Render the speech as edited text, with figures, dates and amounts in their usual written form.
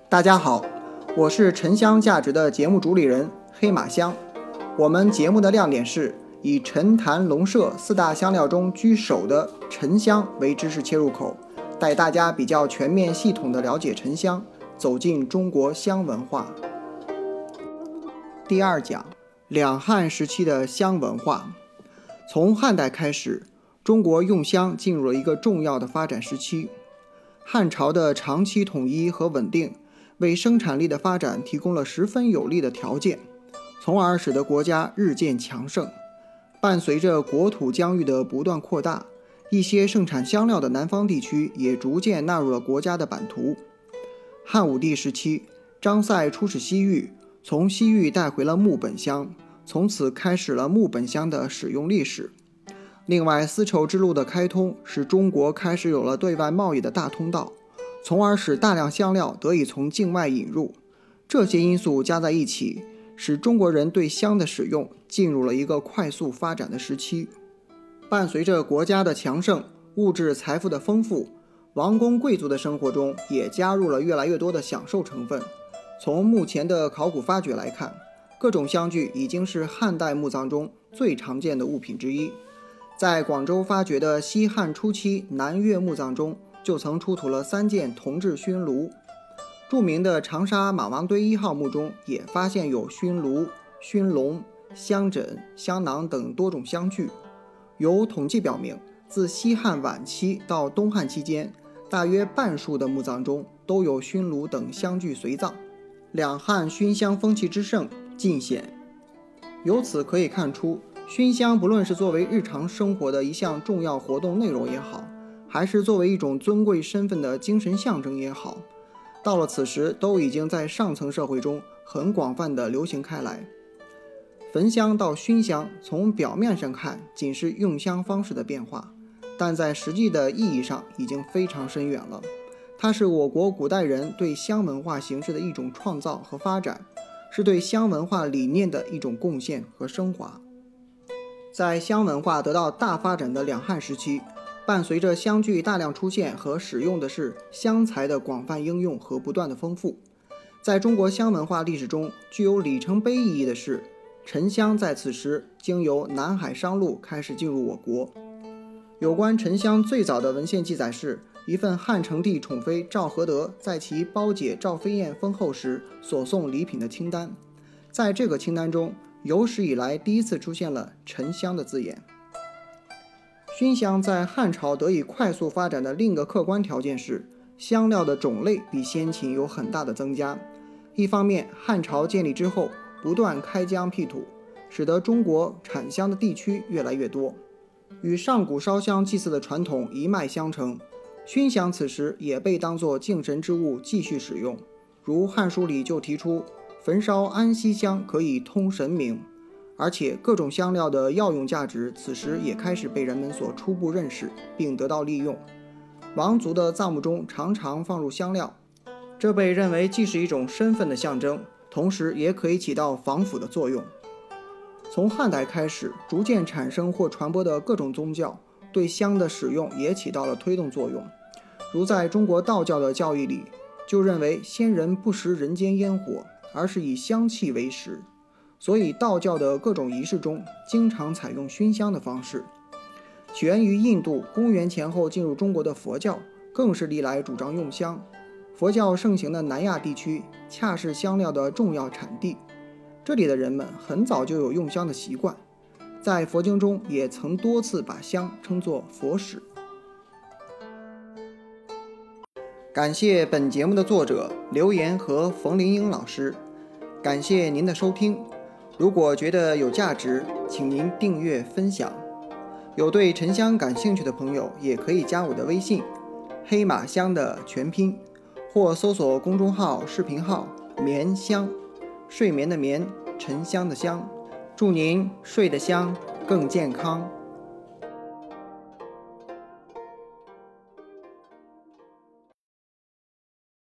大家好，我是沉香价值的节目主理人黑马香。我们节目的亮点是以沉檀龙麝4大香料中居首的沉香为知识切入口，带大家比较全面系统的了解沉香，走进中国香文化。第二讲，两汉时期的香文化。从汉代开始，中国用香进入了一个重要的发展时期。汉朝的长期统一和稳定为生产力的发展提供了十分有利的条件，从而使得国家日渐强盛。伴随着国土疆域的不断扩大，一些盛产香料的南方地区也逐渐纳入了国家的版图。汉武帝时期，张赛出使西域，从西域带回了木本香，从此开始了木本香的使用历史。另外，丝绸之路的开通使中国开始有了对外贸易的大通道，从而使大量香料得以从境外引入。这些因素加在一起，使中国人对香的使用进入了一个快速发展的时期。伴随着国家的强盛，物质财富的丰富，王公贵族的生活中也加入了越来越多的享受成分。从目前的考古发掘来看，各种香具已经是汉代墓葬中最常见的物品之一。在广州发掘的西汉初期南岳墓葬中，就曾出土了3件铜制熏炉。著名的长沙马王堆1号墓中也发现有熏炉、熏笼、香枕、香囊等多种香具。有统计表明，自西汉晚期到东汉期间，大约半数的墓葬中都有熏炉等香具随葬。两汉熏香风气之盛尽显。由此可以看出，熏香不论是作为日常生活的一项重要活动内容也好，还是作为一种尊贵身份的精神象征也好，到了此时都已经在上层社会中很广泛的流行开来。焚香到熏香，从表面上看仅是用香方式的变化，但在实际的意义上已经非常深远了。它是我国古代人对香文化形式的一种创造和发展，是对香文化理念的一种贡献和升华。在香文化得到大发展的两汉时期，伴随着香具大量出现和使用的是香材的广泛应用和不断的丰富。在中国香文化历史中具有里程碑意义的是，沉香在此时经由南海商路开始进入我国。有关沉香最早的文献记载是一份汉成帝宠妃赵合德在其胞姐赵飞燕封后时所送礼品的清单。在这个清单中，有史以来第一次出现了沉香的字眼。熏香在汉朝得以快速发展的另一个客观条件是，香料的种类比先秦有很大的增加。一方面，汉朝建立之后不断开疆辟土，使得中国产香的地区越来越多，与上古烧香祭祀的传统一脉相承。熏香此时也被当作敬神之物继续使用，如《汉书》里就提出焚烧安息香可以通神明，而且各种香料的药用价值此时也开始被人们所初步认识并得到利用。王族的葬墓中常常放入香料，这被认为既是一种身份的象征，同时也可以起到防腐的作用。从汉代开始逐渐产生或传播的各种宗教对香的使用也起到了推动作用。如在中国道教的教义里，就认为先人不食人间烟火，而是以香气为食，所以道教的各种仪式中经常采用熏香的方式。起源于印度，公元前后进入中国的佛教更是历来主张用香。佛教盛行的南亚地区恰是香料的重要产地，这里的人们很早就有用香的习惯，在佛经中也曾多次把香称作佛使。感谢本节目的作者刘岩和冯玲英老师，感谢您的收听。如果觉得有价值，请您订阅分享。有对沉香感兴趣的朋友也可以加我的微信黑马香的全拼，或搜索公众号视频号眠香，睡眠的眠，沉香的香。祝您睡得香，更健康。